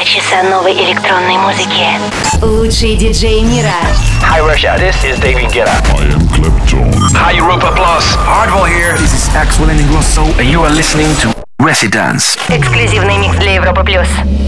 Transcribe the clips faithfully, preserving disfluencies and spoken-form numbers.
Два часа новой электронной музыки. Лучшие диджеи мира. Hi Russia, this is David Guetta. I am Clapton. Hi Europa Plus. Hardwell here. This is Axel Ingrosso, and you are listening to Residence. Эксклюзивный микс для Европы плюс.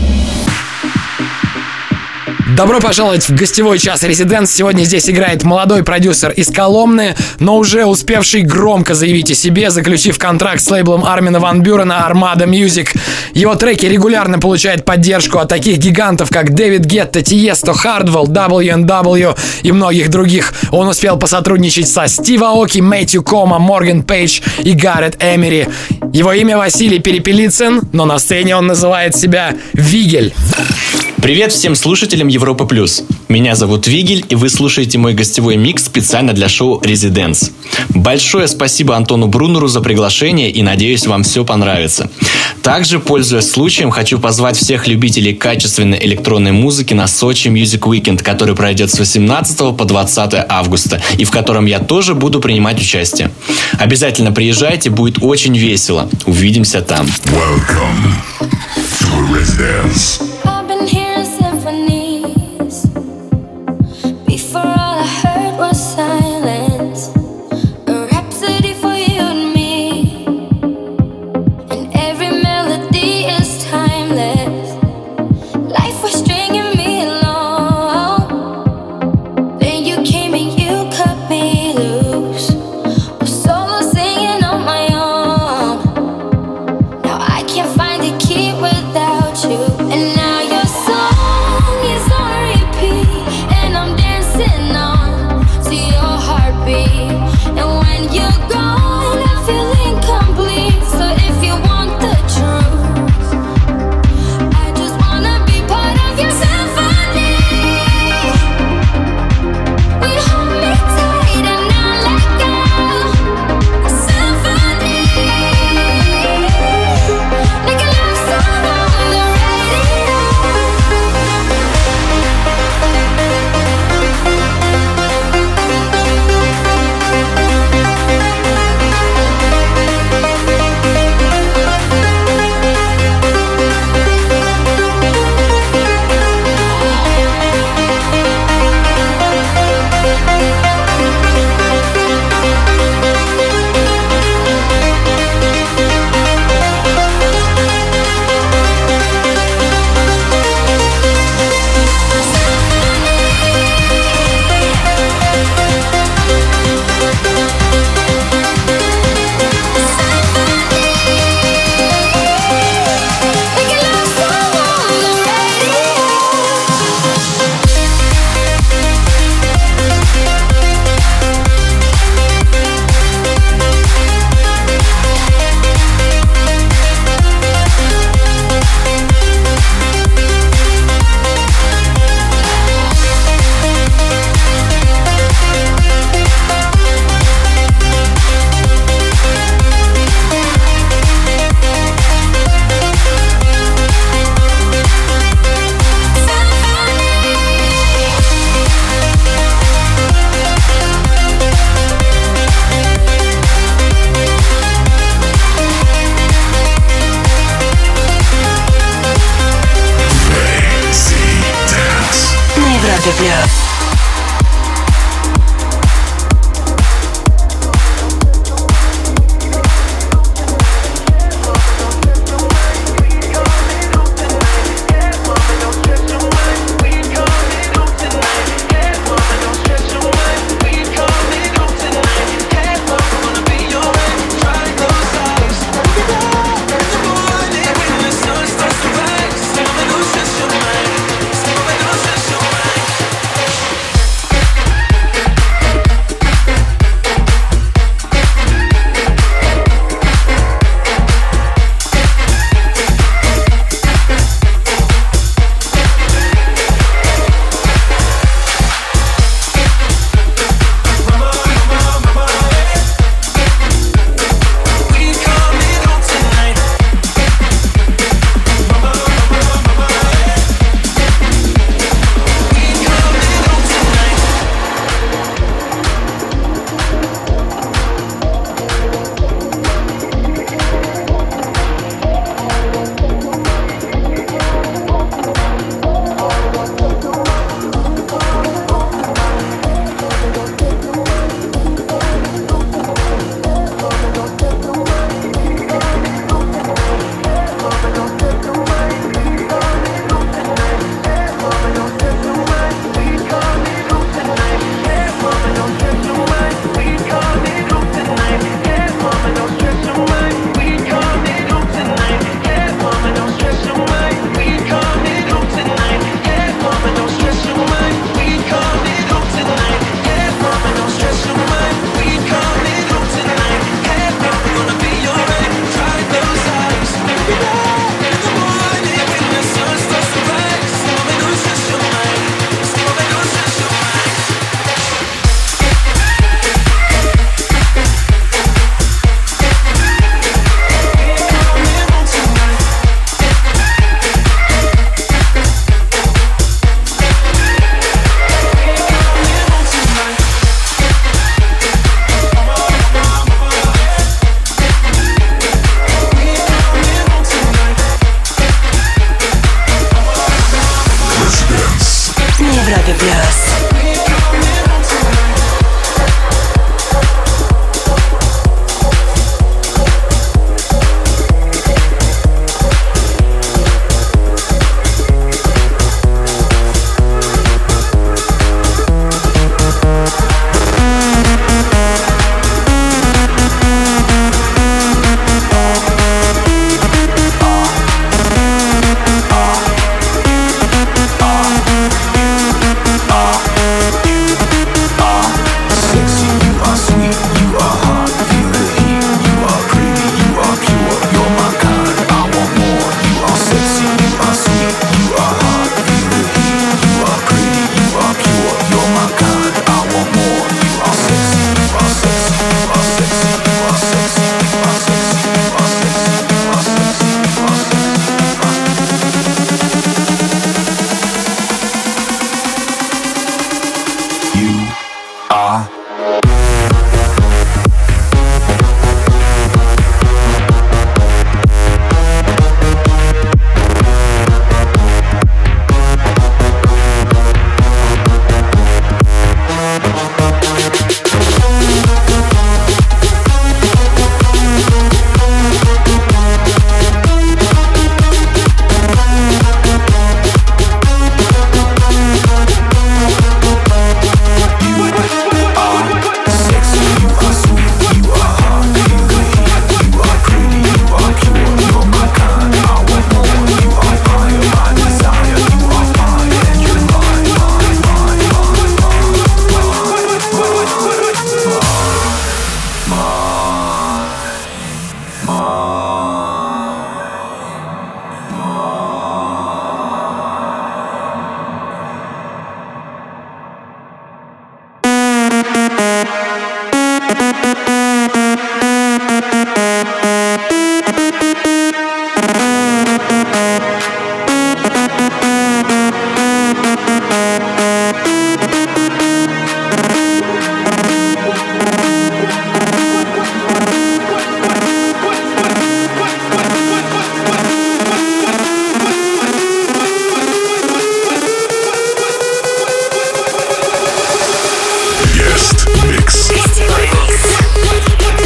Добро пожаловать в гостевой час Residence. Сегодня здесь играет молодой продюсер из Коломны, но уже успевший громко заявить о себе, заключив контракт с лейблом Армина ван Бюрена Armada Music. Его треки регулярно получают поддержку от таких гигантов, как Дэвид Гетта, Тиесто, Hardwell, дабл ю энд дабл ю и многих других. Он успел посотрудничать со Стив Аоки, Мэтью Кома, Морган Пейдж и Гаррет Эмери. Его имя Василий Перепелицын, но на сцене он называет себя Вигель. Привет всем слушателям Европа Плюс. Меня зовут Вигель, и вы слушаете мой гостевой микс специально для шоу Residence. Большое спасибо Антону Брунеру за приглашение, и надеюсь, вам все понравится. Также, пользуясь случаем, хочу позвать всех любителей качественной электронной музыки на Сочи Music Weekend, который пройдет с восемнадцатого по двадцатое августа, и в котором я тоже буду принимать участие. Обязательно приезжайте, будет очень весело. Увидимся там. Welcome to Residence. Find the key without you, and now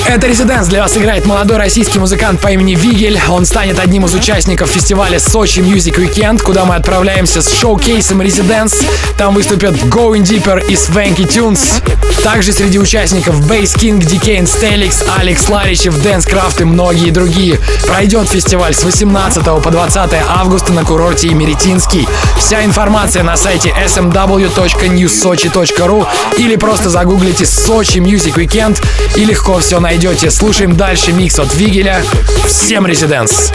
Это Residence. Для вас играет молодой российский музыкант по имени Вигель. Он станет одним из участников фестиваля Сочи Music Weekend, куда мы отправляемся с шоу-кейсом Residence. Там выступят Going Deeper и Swanky Tunes. Также среди участников Bass King, ди кей and Stelix, Алекс Ларичев, Dancecraft и многие другие. Пройдет фестиваль с восемнадцатого по двадцатое августа на курорте Имеретинский. Вся информация на сайте эс эм дабл ю точка ньюс сочи точка ру или просто загуглите Сочи Music Weekend и легко все найдете. Слушаем дальше микс от Вигеля. Всем Residence!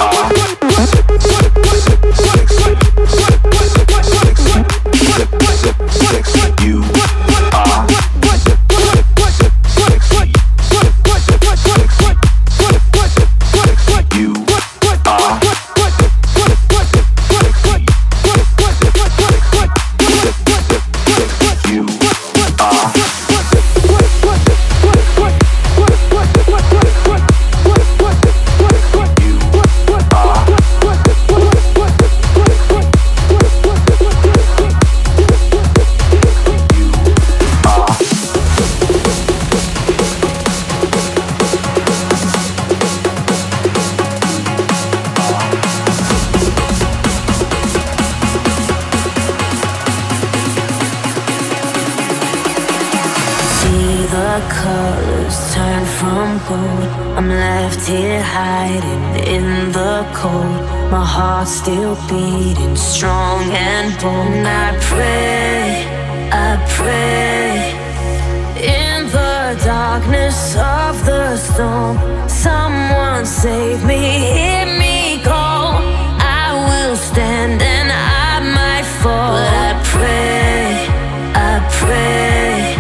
Still beating strong and bold. And I pray, I pray in the darkness of the storm, someone save me, hear me call. I will stand and I might fall. But I pray, I pray.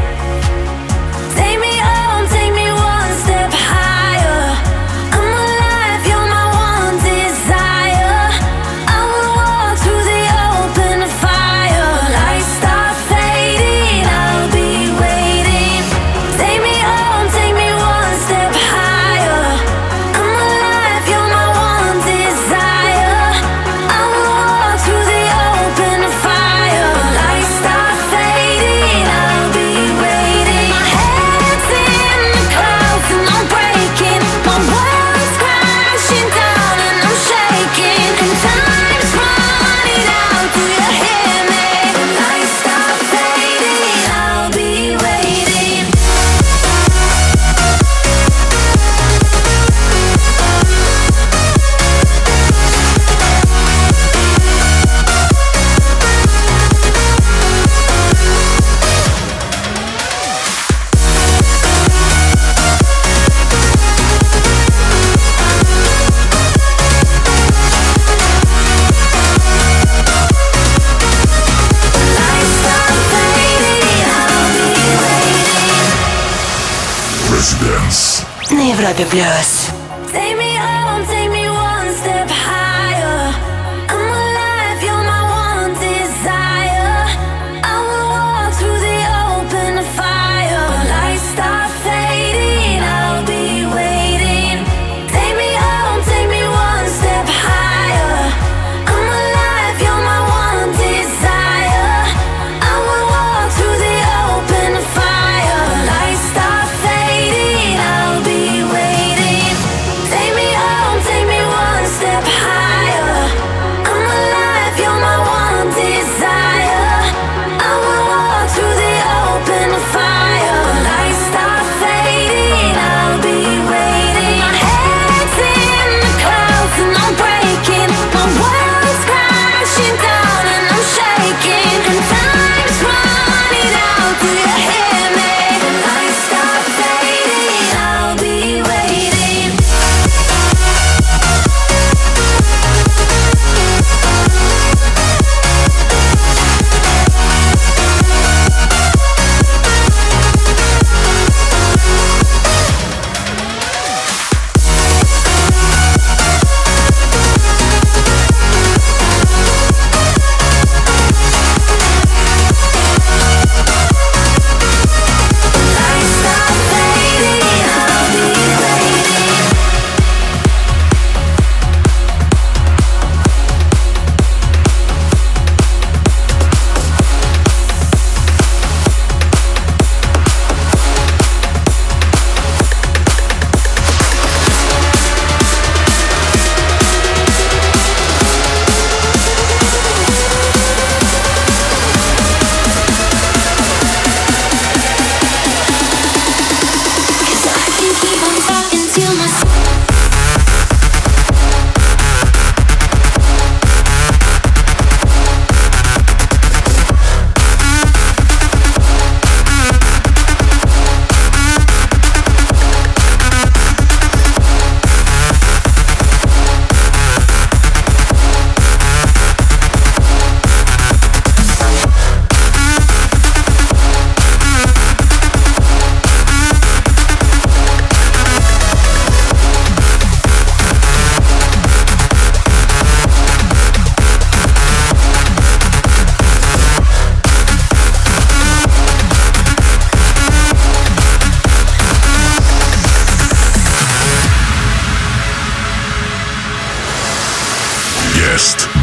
Take me home, take me one step higher. I'm alive, you're my one desire. I will walk through the open fire. Lights start fading, I'll be waiting. Take me home, take me one step higher. I'm alive, you're my one desire. I will walk through the open fire. Lights start fading, I'll be waiting. My head's in the clouds and I'm breaking. My world's crashing down and I'm shaking. And time's running out, do you hear me? When lights start fading, I'll be waiting. Lights start fading, I'll be waiting. Residence. На Европе плюс. Take me home, take me one step higher. I'm alive, you're my one desire. I will walk through the open fire. When lights start fading, I'll be waiting. Take me home, take me one step higher. I'm alive, you're my one desire. I will walk through the open fire. When lights start fading, I'll be waiting. Take me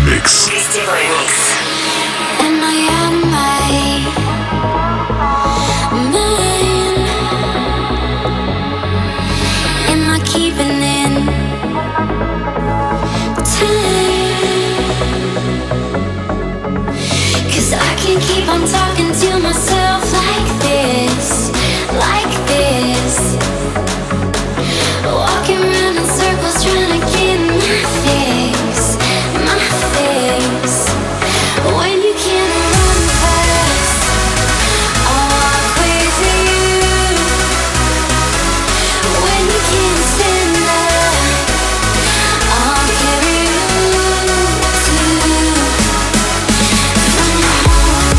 mix. Гостевой микс. Am I out of my mind? Am I keeping in time? 'Cause I can't keep on talking to myself like this, like this. Walking around in circles trying to get my fix, my fix. When you can't run fast, I'll walk with you. When you can't stand up, I'll carry you too. From home.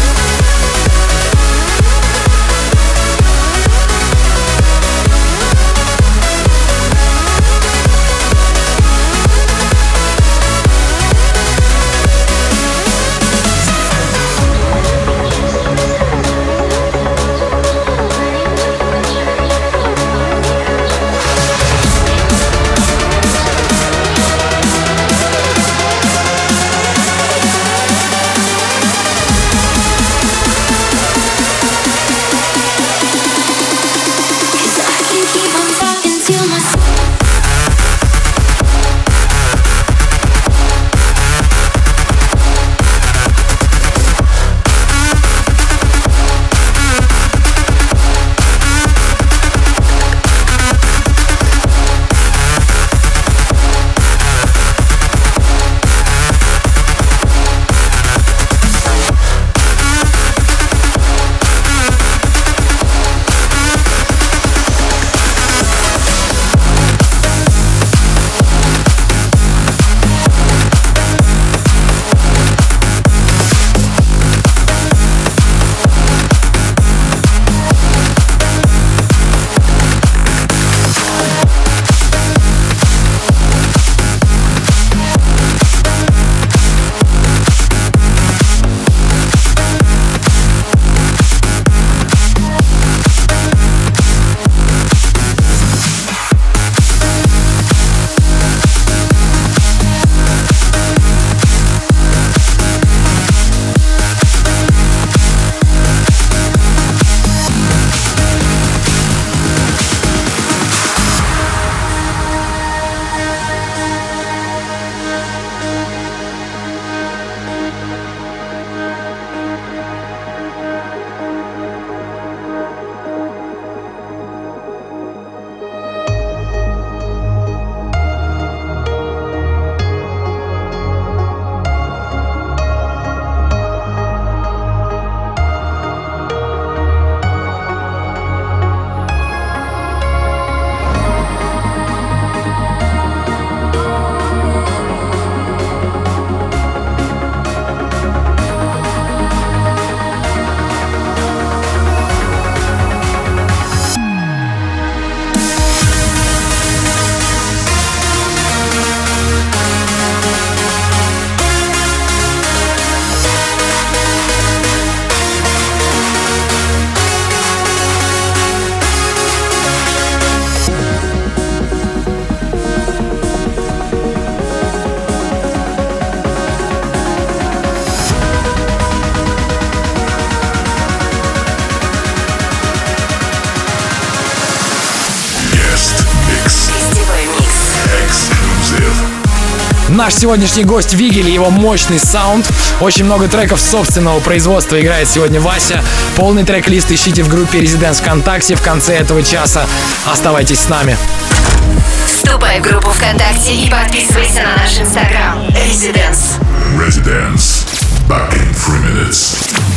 Наш сегодняшний гость Вигель и его мощный саунд. Очень много треков собственного производства играет сегодня Вася. Полный трек-лист ищите в группе Residence ВКонтакте в конце этого часа. Оставайтесь с нами. Вступай в группу ВКонтакте и подписывайся на наш инстаграм Residence. Residence. Back in three minutes.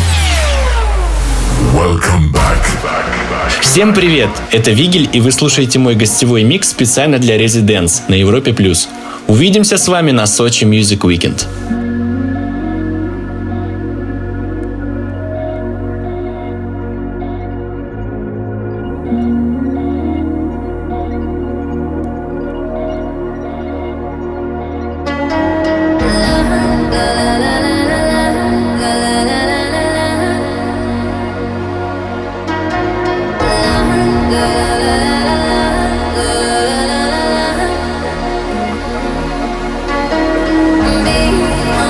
Welcome back. Всем привет! Это Вигель, и вы слушаете мой гостевой микс специально для Residence на Европе плюс. Увидимся с вами на Сочи Music Weekend. Be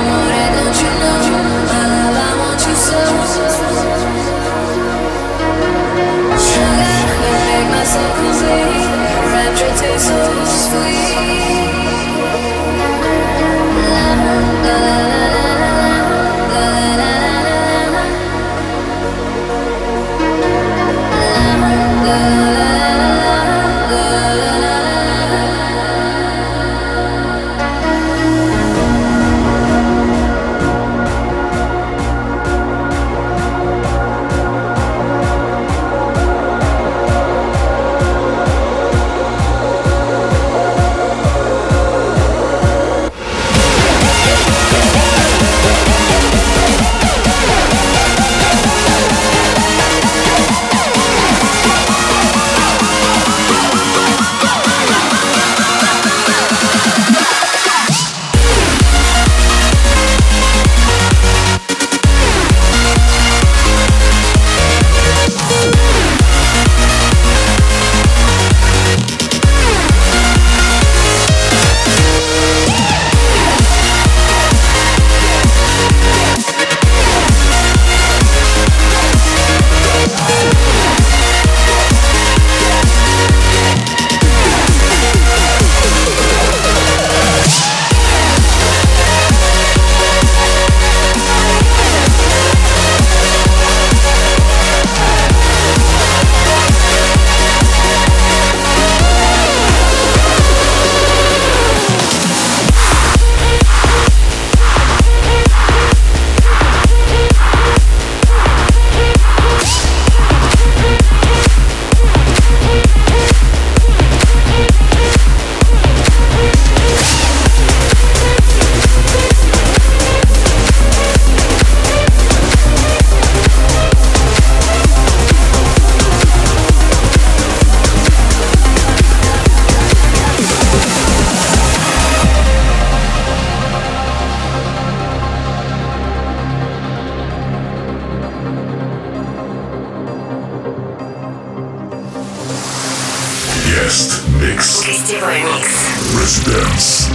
Guest Mix. Гостевой микс. Residence.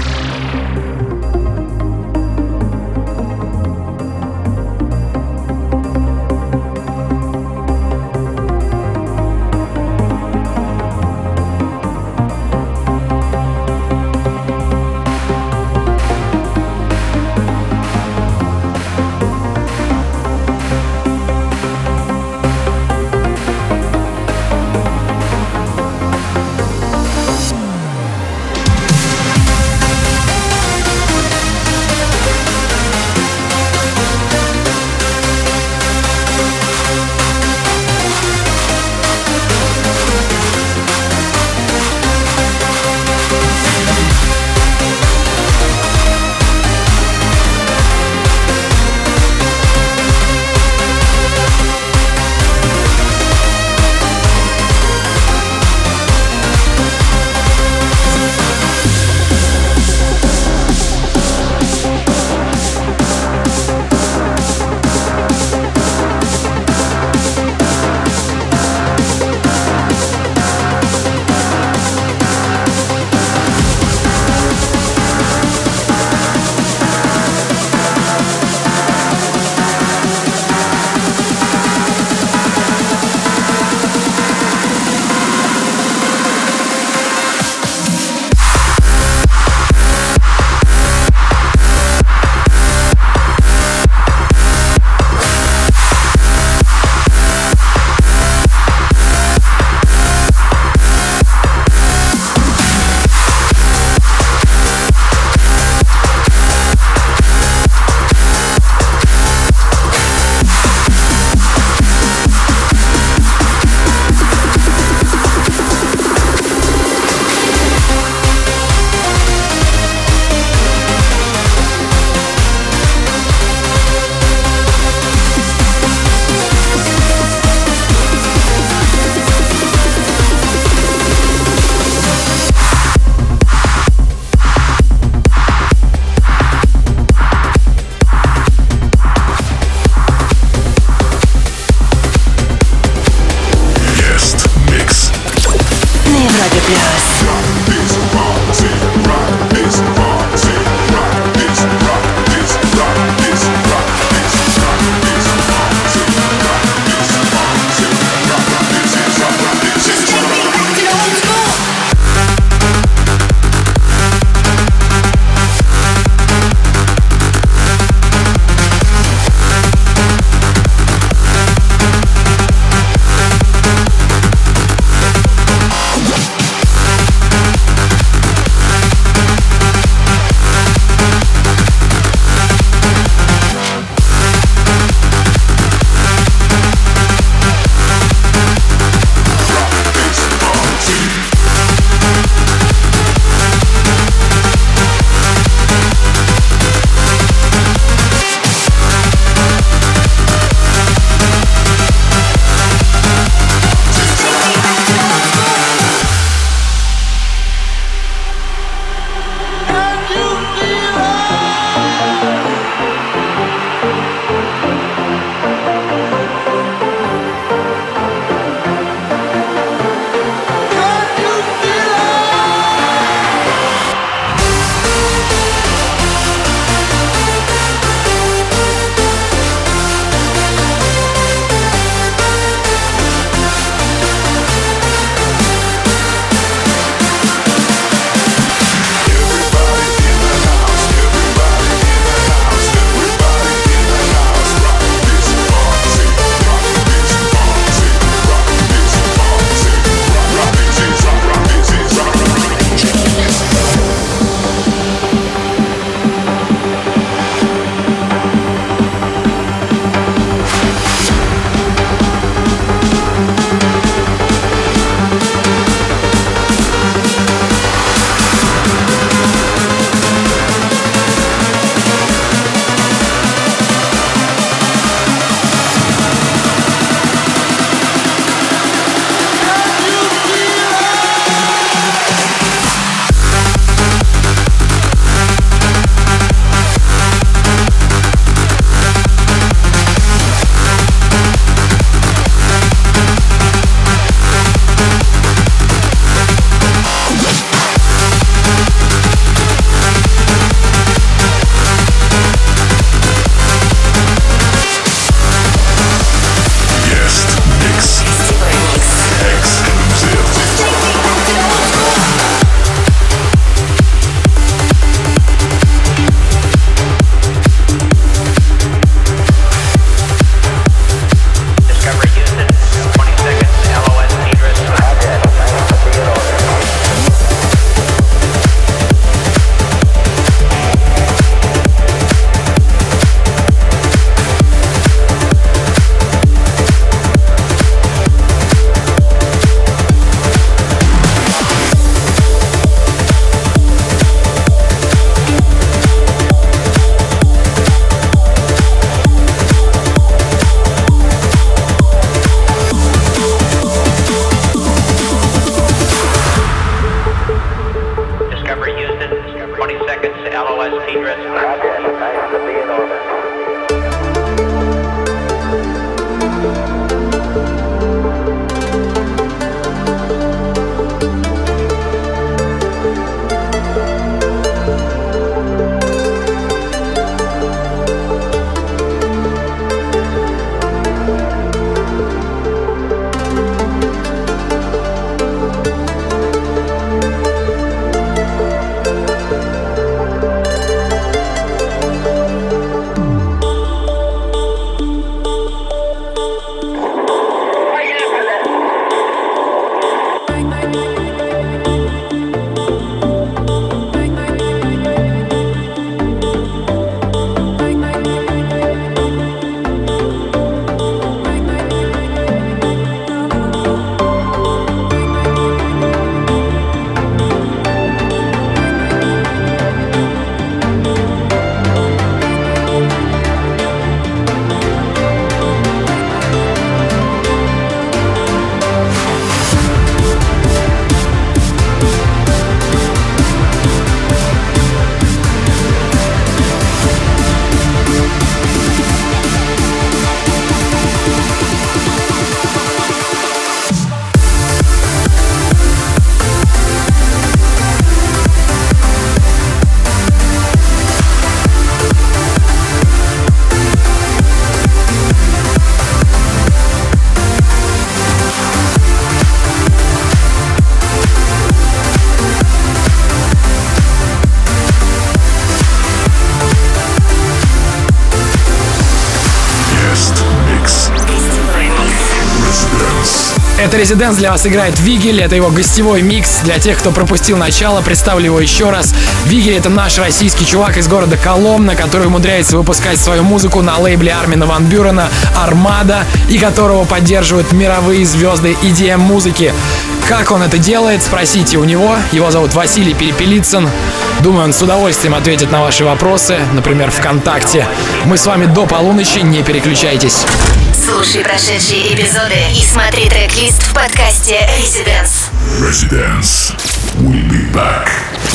Это Residence, для вас играет Вигель, это его гостевой микс. Для тех, кто пропустил начало, представлю его еще раз. Вигель — это наш российский чувак из города Коломна, который умудряется выпускать свою музыку на лейбле Армина ван Бюрена «Армада», и которого поддерживают мировые звезды и ди эм-музыки. Как он это делает, спросите у него. Его зовут Василий Перепелицын. Думаю, он с удовольствием ответит на ваши вопросы, например, ВКонтакте. Мы с вами до полуночи, не переключайтесь. Слушай прошедшие эпизоды и смотри трек-лист в подкасте Residence. Residence. We'll be back.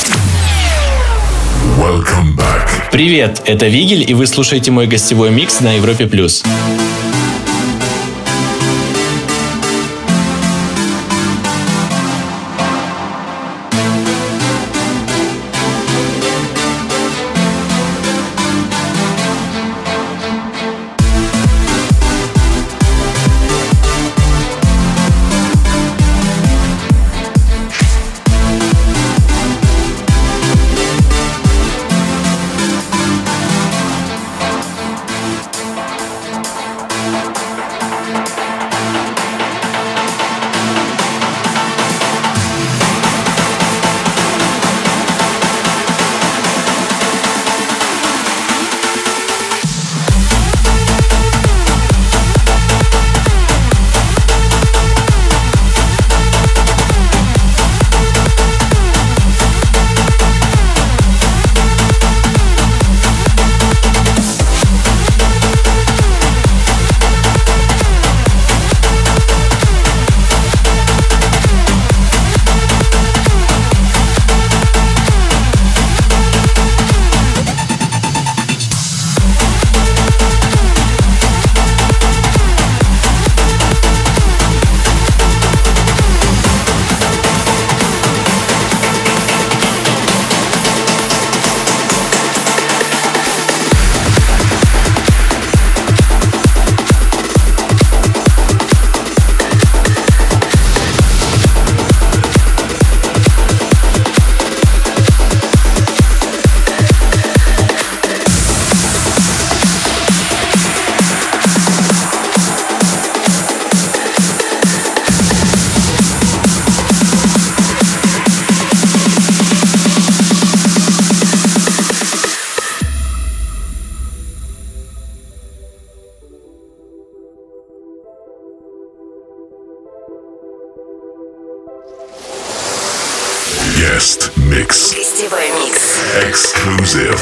Welcome back. Привет, это Вигель, и вы слушаете мой гостевой микс на Европе+. Guest mix. Гостевой микс. Exclusive.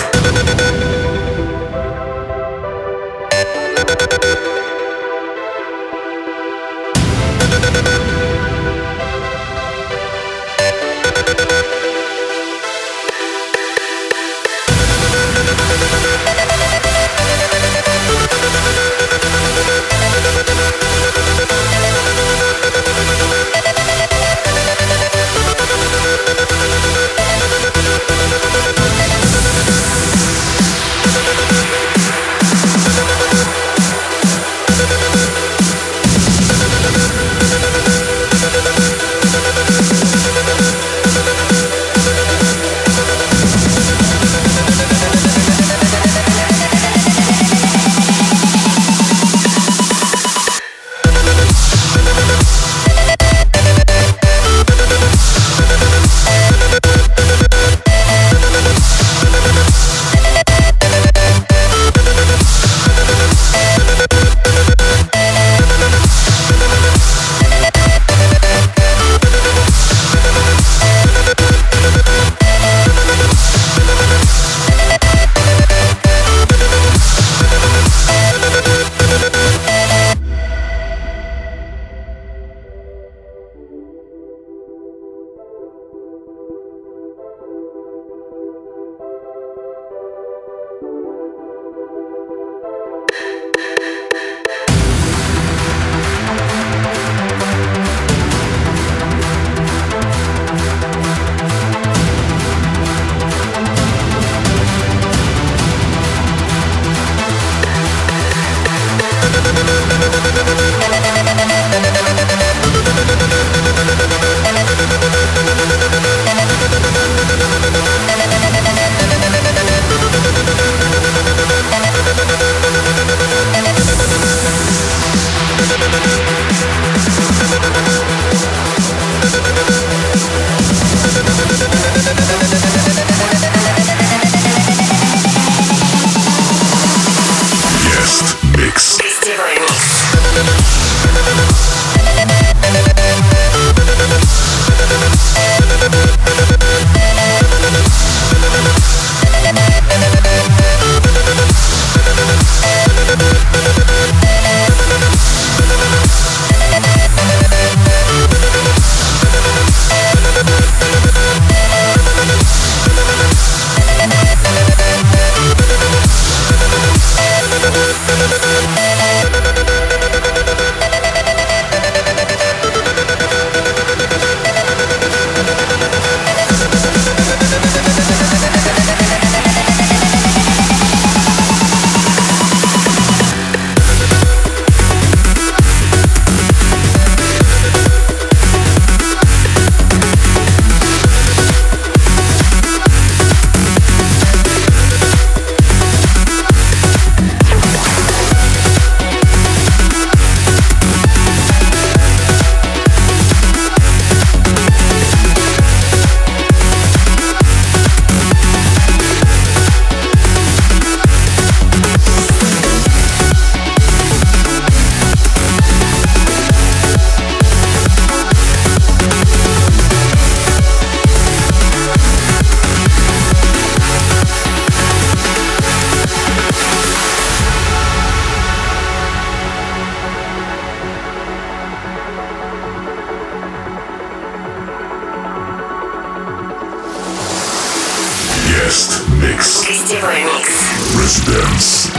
Гостевой микс. Residence.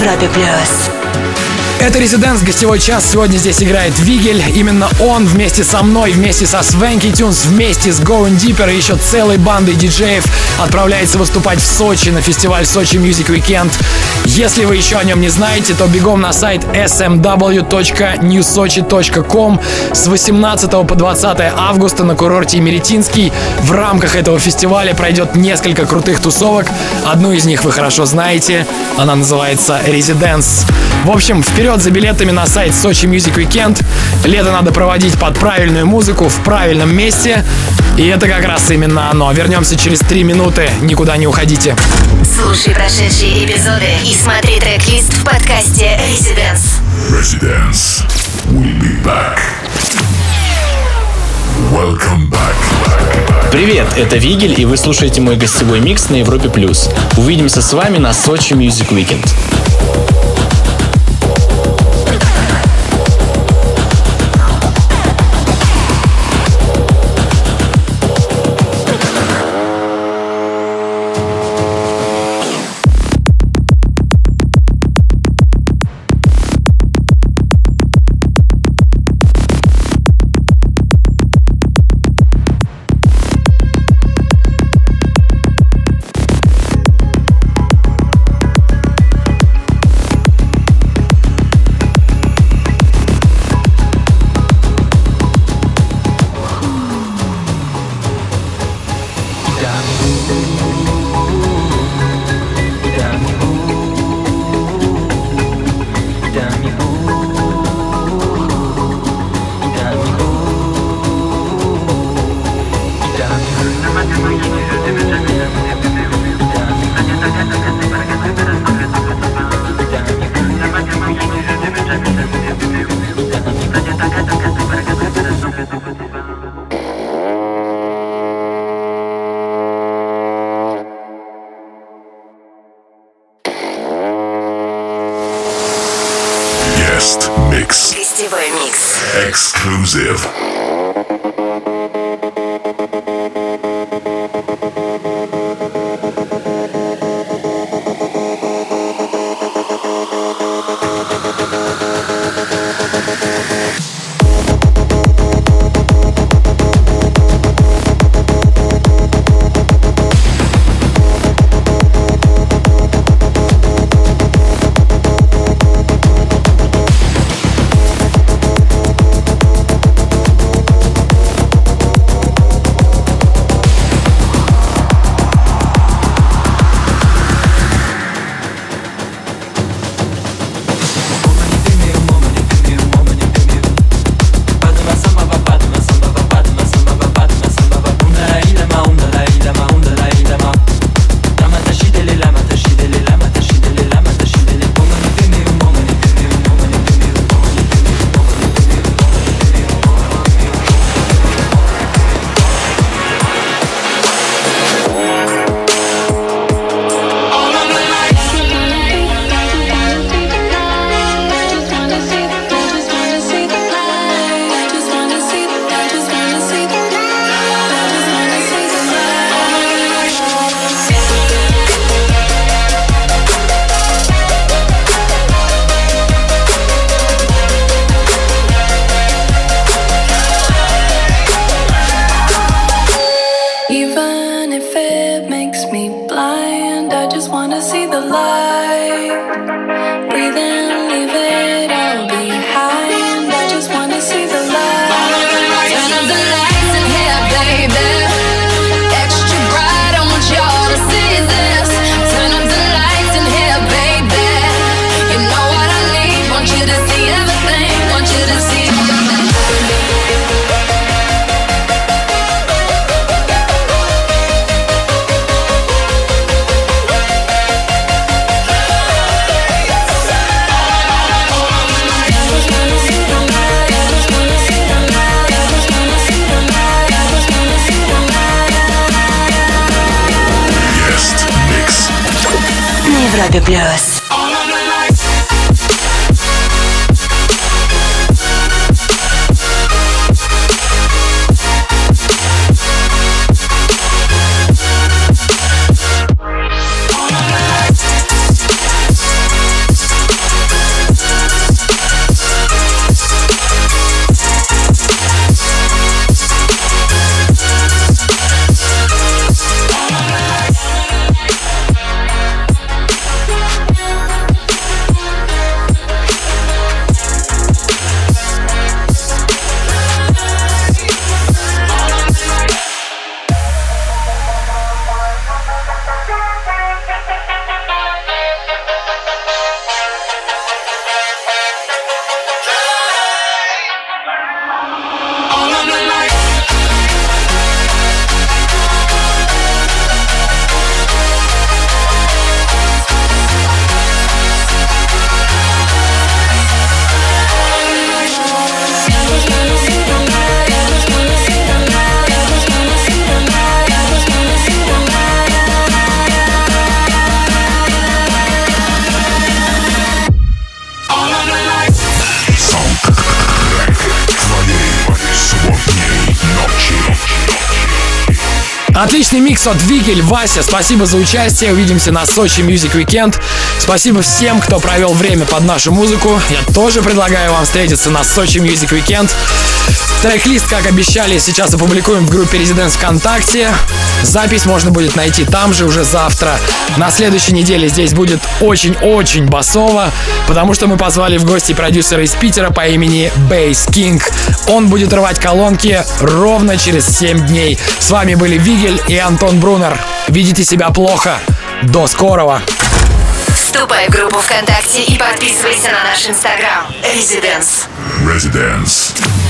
Европе плюс. Это Residence, гостевой час. Сегодня здесь играет Вигель. Именно он вместе со мной, вместе со Swanky Tunes, вместе с Going Deeper и еще целой бандой диджеев отправляется выступать в Сочи на фестиваль Сочи Music Weekend. Если вы еще о нем не знаете, то бегом на сайт эс эм дабл ю точка нью сочи точка ком. С восемнадцатого по двадцатое августа на курорте Имеретинский в рамках этого фестиваля пройдет несколько крутых тусовок. Одну из них вы хорошо знаете. Она называется Residence. В общем, вперед за билетами на сайт Сочи Music Weekend. Лето надо проводить под правильную музыку в правильном месте. И это как раз именно оно. Вернемся через три минуты. Никуда не уходите. Слушай прошедшие эпизоды и смотри трек-лист в подкасте Residence. Residence. We'll be back. Welcome back. Привет, это Вигель, и вы слушаете мой гостевой микс на Европе плюс. Увидимся с вами на Сочи Music Weekend. Mix. Гостевой микс. Exclusive. Европе плюс. Отличный микс от Вигель, Вася, спасибо за участие. Увидимся на Сочи Music Weekend. Спасибо всем, кто провел время под нашу музыку. Я тоже предлагаю вам встретиться на Сочи Music Weekend. Трек-лист, как обещали, сейчас опубликуем в группе Residence ВКонтакте. Запись можно будет найти там же уже завтра. На следующей неделе здесь будет очень-очень басово, потому что мы позвали в гости продюсера из Питера по имени Bass King. Он будет рвать колонки ровно через семь дней. С вами были Вигель и Антон Брунер. Видите себя плохо. До скорого. Вступай в группу ВКонтакте и подписывайся на наш инстаграм. Residence. Residence.